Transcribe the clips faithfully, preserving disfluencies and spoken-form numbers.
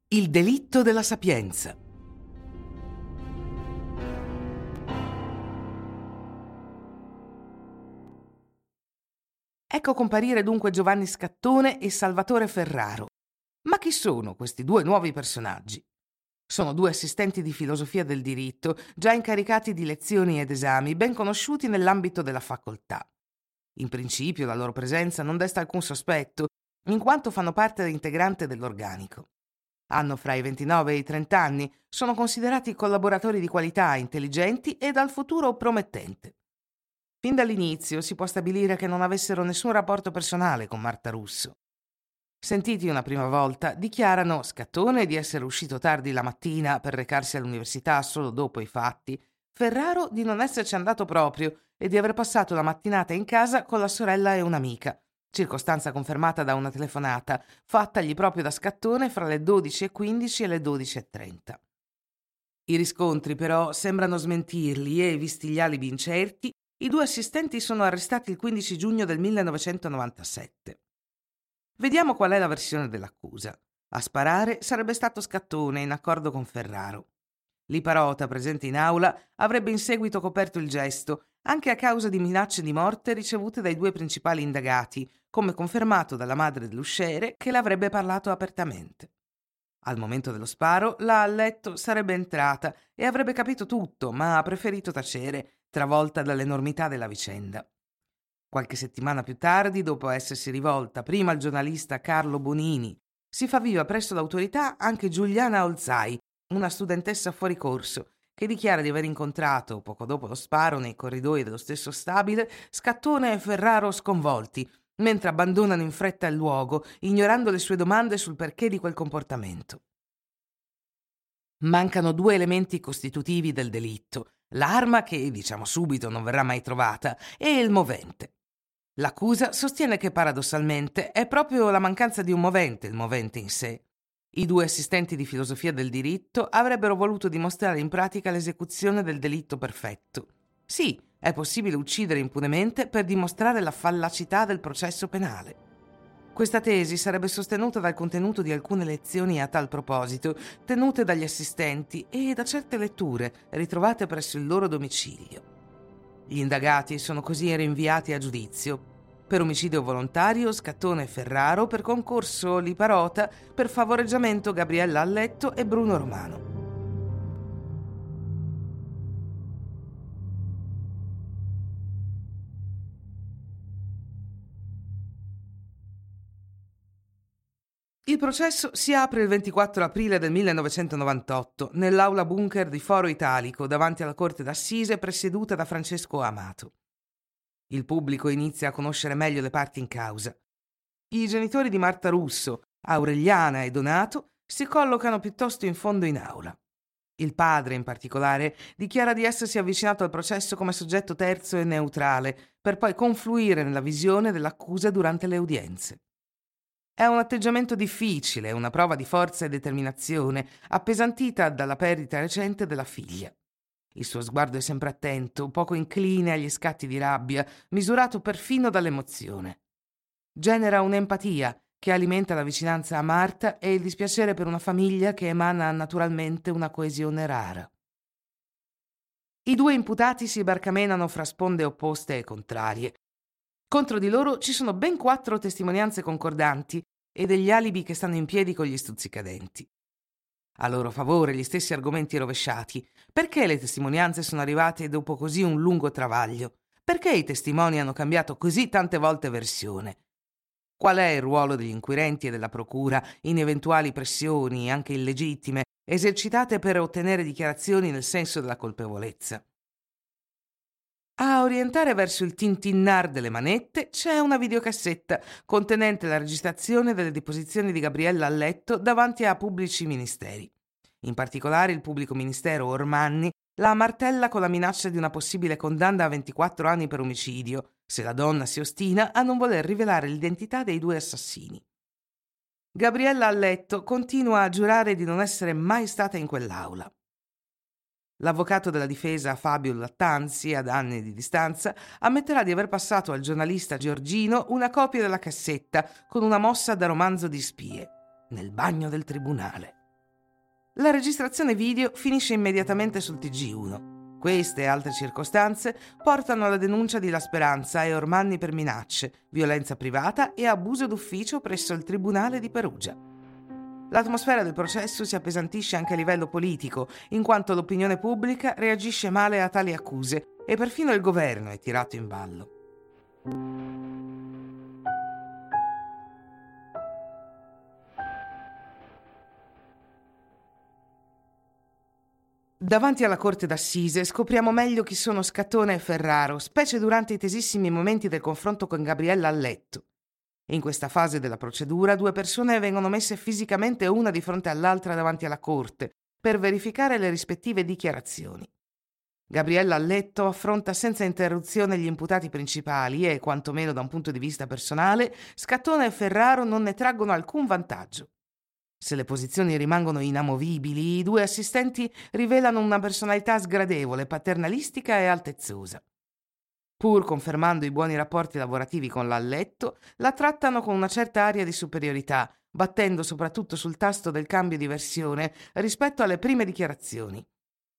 Il delitto della sapienza. Ecco comparire dunque Giovanni Scattone e Salvatore Ferraro. Ma chi sono questi due nuovi personaggi? Sono due assistenti di filosofia del diritto, già incaricati di lezioni ed esami, ben conosciuti nell'ambito della facoltà. In principio la loro presenza non desta alcun sospetto, in quanto fanno parte integrante dell'organico. Hanno fra i ventinove e i trenta anni, sono considerati collaboratori di qualità, intelligenti e dal futuro promettente. Fin dall'inizio si può stabilire che non avessero nessun rapporto personale con Marta Russo. Sentiti una prima volta, dichiarano Scattone di essere uscito tardi la mattina per recarsi all'università solo dopo i fatti, Ferraro di non esserci andato proprio e di aver passato la mattinata in casa con la sorella e un'amica, circostanza confermata da una telefonata fattagli proprio da Scattone fra le dodici e quindici e le dodici e trenta. I riscontri però sembrano smentirli e, visti gli alibi incerti, i due assistenti sono arrestati il quindici giugno del millenovecentonovantasette. Vediamo qual è la versione dell'accusa. A sparare sarebbe stato Scattone in accordo con Ferraro. L'iparota presente in aula avrebbe in seguito coperto il gesto, anche a causa di minacce di morte ricevute dai due principali indagati, come confermato dalla madre dell'usciere che l'avrebbe parlato apertamente. Al momento dello sparo, la a letto sarebbe entrata e avrebbe capito tutto, ma ha preferito tacere, travolta dall'enormità della vicenda. Qualche settimana più tardi, dopo essersi rivolta prima al giornalista Carlo Bonini, si fa viva presso l'autorità anche Giuliana Olzai, una studentessa fuori corso, che dichiara di aver incontrato, poco dopo lo sparo, nei corridoi dello stesso stabile, Scattone e Ferraro sconvolti, mentre abbandonano in fretta il luogo, ignorando le sue domande sul perché di quel comportamento. Mancano due elementi costitutivi del delitto: l'arma, che diciamo subito non verrà mai trovata, e il movente. L'accusa sostiene che paradossalmente è proprio la mancanza di un movente il movente in sé. I due assistenti di filosofia del diritto avrebbero voluto dimostrare in pratica l'esecuzione del delitto perfetto. Sì, è possibile uccidere impunemente per dimostrare la fallacità del processo penale. Questa tesi sarebbe sostenuta dal contenuto di alcune lezioni a tal proposito, tenute dagli assistenti e da certe letture ritrovate presso il loro domicilio. Gli indagati sono così rinviati a giudizio. Per omicidio volontario Scattone e Ferraro, per concorso Liparota, per favoreggiamento Gabriella Alletto e Bruno Romano. Il processo si apre il ventiquattro aprile del millenovecentonovantotto nell'aula bunker di Foro Italico davanti alla corte d'assise presieduta da Francesco Amato. Il pubblico inizia a conoscere meglio le parti in causa. I genitori di Marta Russo, Aureliana e Donato, si collocano piuttosto in fondo in aula. Il padre, in particolare, dichiara di essersi avvicinato al processo come soggetto terzo e neutrale, per poi confluire nella visione dell'accusa durante le udienze. È un atteggiamento difficile, una prova di forza e determinazione, appesantita dalla perdita recente della figlia. Il suo sguardo è sempre attento, poco incline agli scatti di rabbia, misurato perfino dall'emozione. Genera un'empatia che alimenta la vicinanza a Marta e il dispiacere per una famiglia che emana naturalmente una coesione rara. I due imputati si barcamenano fra sponde opposte e contrarie. Contro di loro ci sono ben quattro testimonianze concordanti e degli alibi che stanno in piedi con gli stuzzicadenti. A loro favore gli stessi argomenti rovesciati. Perché le testimonianze sono arrivate dopo così un lungo travaglio? Perché i testimoni hanno cambiato così tante volte versione? Qual è il ruolo degli inquirenti e della procura in eventuali pressioni, anche illegittime, esercitate per ottenere dichiarazioni nel senso della colpevolezza? A orientare verso il tintinnar delle manette c'è una videocassetta contenente la registrazione delle deposizioni di Gabriella Alletto davanti a pubblici ministeri. In particolare il pubblico ministero Ormanni la martella con la minaccia di una possibile condanna a ventiquattro anni per omicidio, se la donna si ostina a non voler rivelare l'identità dei due assassini. Gabriella Alletto continua a giurare di non essere mai stata in quell'aula. L'avvocato della difesa Fabio Lattanzi, ad anni di distanza, ammetterà di aver passato al giornalista Giorgino una copia della cassetta con una mossa da romanzo di spie, nel bagno del tribunale. La registrazione video finisce immediatamente sul T G uno. Queste e altre circostanze portano alla denuncia di La Speranza e Ormanni per minacce, violenza privata e abuso d'ufficio presso il Tribunale di Perugia. L'atmosfera del processo si appesantisce anche a livello politico, in quanto l'opinione pubblica reagisce male a tali accuse e perfino il governo è tirato in ballo. Davanti alla corte d'assise scopriamo meglio chi sono Scattone e Ferraro, specie durante i tesissimi momenti del confronto con Gabriella a letto. In questa fase della procedura due persone vengono messe fisicamente una di fronte all'altra davanti alla corte per verificare le rispettive dichiarazioni. Gabriella a letto affronta senza interruzione gli imputati principali e, quantomeno da un punto di vista personale, Scattone e Ferraro non ne traggono alcun vantaggio. Se le posizioni rimangono inamovibili, i due assistenti rivelano una personalità sgradevole, paternalistica e altezzosa. Pur confermando i buoni rapporti lavorativi con la letto, la trattano con una certa aria di superiorità, battendo soprattutto sul tasto del cambio di versione rispetto alle prime dichiarazioni.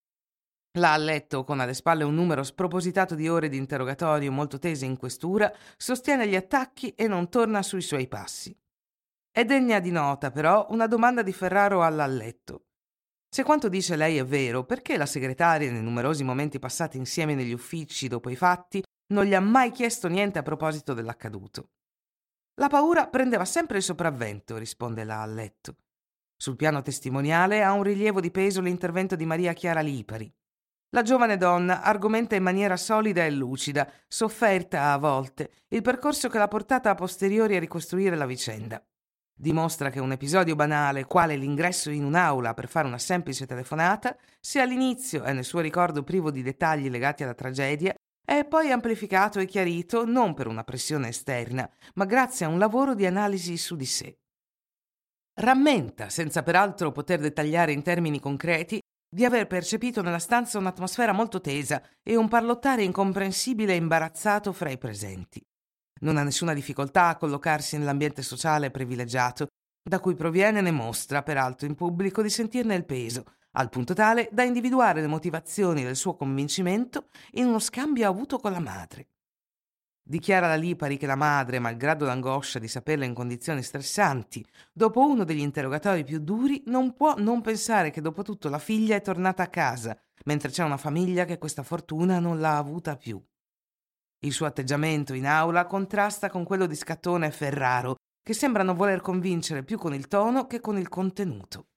La letto, con alle spalle un numero spropositato di ore di interrogatorio molto tese in questura, sostiene gli attacchi e non torna sui suoi passi. È degna di nota, però, una domanda di Ferraro alla letto. Se quanto dice lei è vero, perché la segretaria, nei numerosi momenti passati insieme negli uffici dopo i fatti, non gli ha mai chiesto niente a proposito dell'accaduto? La paura prendeva sempre il sopravvento, risponde la letto. Sul piano testimoniale ha un rilievo di peso l'intervento di Maria Chiara Lipari. La giovane donna argomenta in maniera solida e lucida, sofferta a volte, il percorso che l'ha portata a posteriori a ricostruire la vicenda. Dimostra che un episodio banale, quale l'ingresso in un'aula per fare una semplice telefonata, se all'inizio è nel suo ricordo privo di dettagli legati alla tragedia, è poi amplificato e chiarito non per una pressione esterna, ma grazie a un lavoro di analisi su di sé. Rammenta, senza peraltro poter dettagliare in termini concreti, di aver percepito nella stanza un'atmosfera molto tesa e un parlottare incomprensibile e imbarazzato fra i presenti. Non ha nessuna difficoltà a collocarsi nell'ambiente sociale privilegiato, da cui proviene ne mostra, peraltro in pubblico, di sentirne il peso, al punto tale da individuare le motivazioni del suo convincimento in uno scambio avuto con la madre. Dichiara la Lipari che la madre, malgrado l'angoscia di saperla in condizioni stressanti, dopo uno degli interrogatori più duri, non può non pensare che dopo tutto la figlia è tornata a casa, mentre c'è una famiglia che questa fortuna non l'ha avuta più. Il suo atteggiamento in aula contrasta con quello di Scattone e Ferraro, che sembrano voler convincere più con il tono che con il contenuto.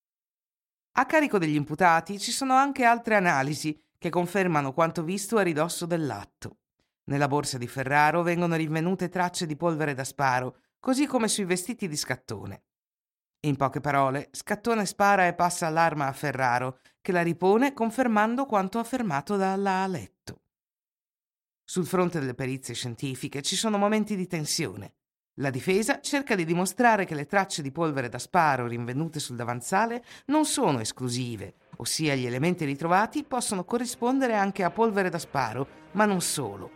A carico degli imputati ci sono anche altre analisi che confermano quanto visto a ridosso dell'atto. Nella borsa di Ferraro vengono rinvenute tracce di polvere da sparo, così come sui vestiti di Scattone. In poche parole, Scattone spara e passa l'arma a Ferraro, che la ripone confermando quanto affermato dalla letto. Sul fronte delle perizie scientifiche ci sono momenti di tensione. La difesa cerca di dimostrare che le tracce di polvere da sparo rinvenute sul davanzale non sono esclusive, ossia gli elementi ritrovati possono corrispondere anche a polvere da sparo, ma non solo.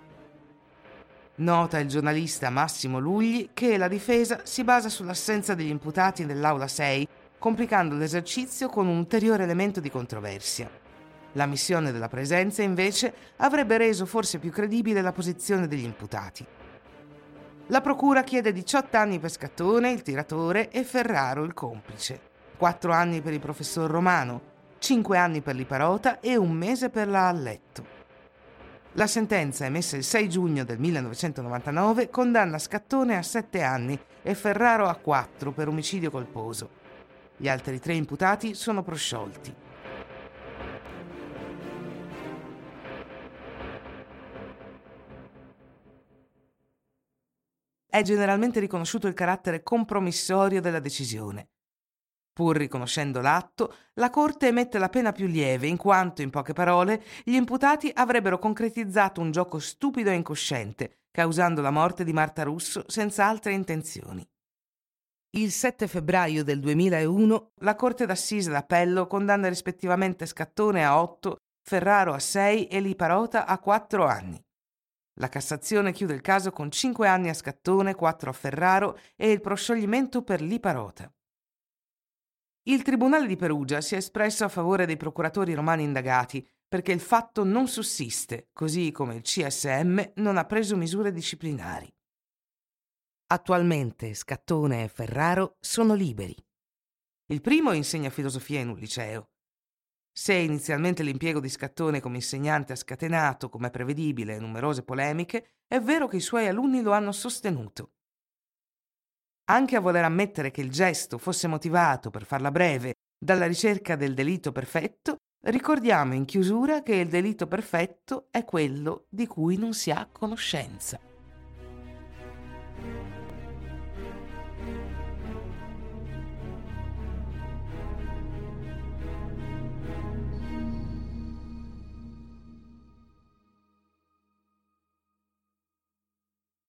Nota il giornalista Massimo Lugli che la difesa si basa sull'assenza degli imputati nell'aula sei, complicando l'esercizio con un ulteriore elemento di controversia. L'ammissione della presenza, invece, avrebbe reso forse più credibile la posizione degli imputati. La procura chiede diciotto anni per Scattone, il tiratore, e Ferraro, il complice, quattro anni per il professor Romano, cinque anni per Liparota e un mese per la Alletto. La sentenza, emessa il sei giugno del millenovecentonovantanove, condanna Scattone a sette anni e Ferraro a quattro per omicidio colposo. Gli altri tre imputati sono prosciolti. È generalmente riconosciuto il carattere compromissorio della decisione. Pur riconoscendo l'atto, la Corte emette la pena più lieve, in quanto, in poche parole, gli imputati avrebbero concretizzato un gioco stupido e incosciente, causando la morte di Marta Russo senza altre intenzioni. Il sette febbraio del duemilauno la Corte d'Assise d'Appello condanna rispettivamente Scattone a otto, Ferraro a sei e Liparota a quattro anni. La Cassazione chiude il caso con cinque anni a Scattone, quattro a Ferraro e il proscioglimento per Liparota. Il Tribunale di Perugia si è espresso a favore dei procuratori romani indagati perché il fatto non sussiste, così come il C S M non ha preso misure disciplinari. Attualmente Scattone e Ferraro sono liberi. Il primo insegna filosofia in un liceo. Se inizialmente l'impiego di Scattone come insegnante ha scatenato, come è prevedibile, numerose polemiche, è vero che i suoi alunni lo hanno sostenuto. Anche a voler ammettere che il gesto fosse motivato, per farla breve, dalla ricerca del delitto perfetto, ricordiamo in chiusura che il delitto perfetto è quello di cui non si ha conoscenza.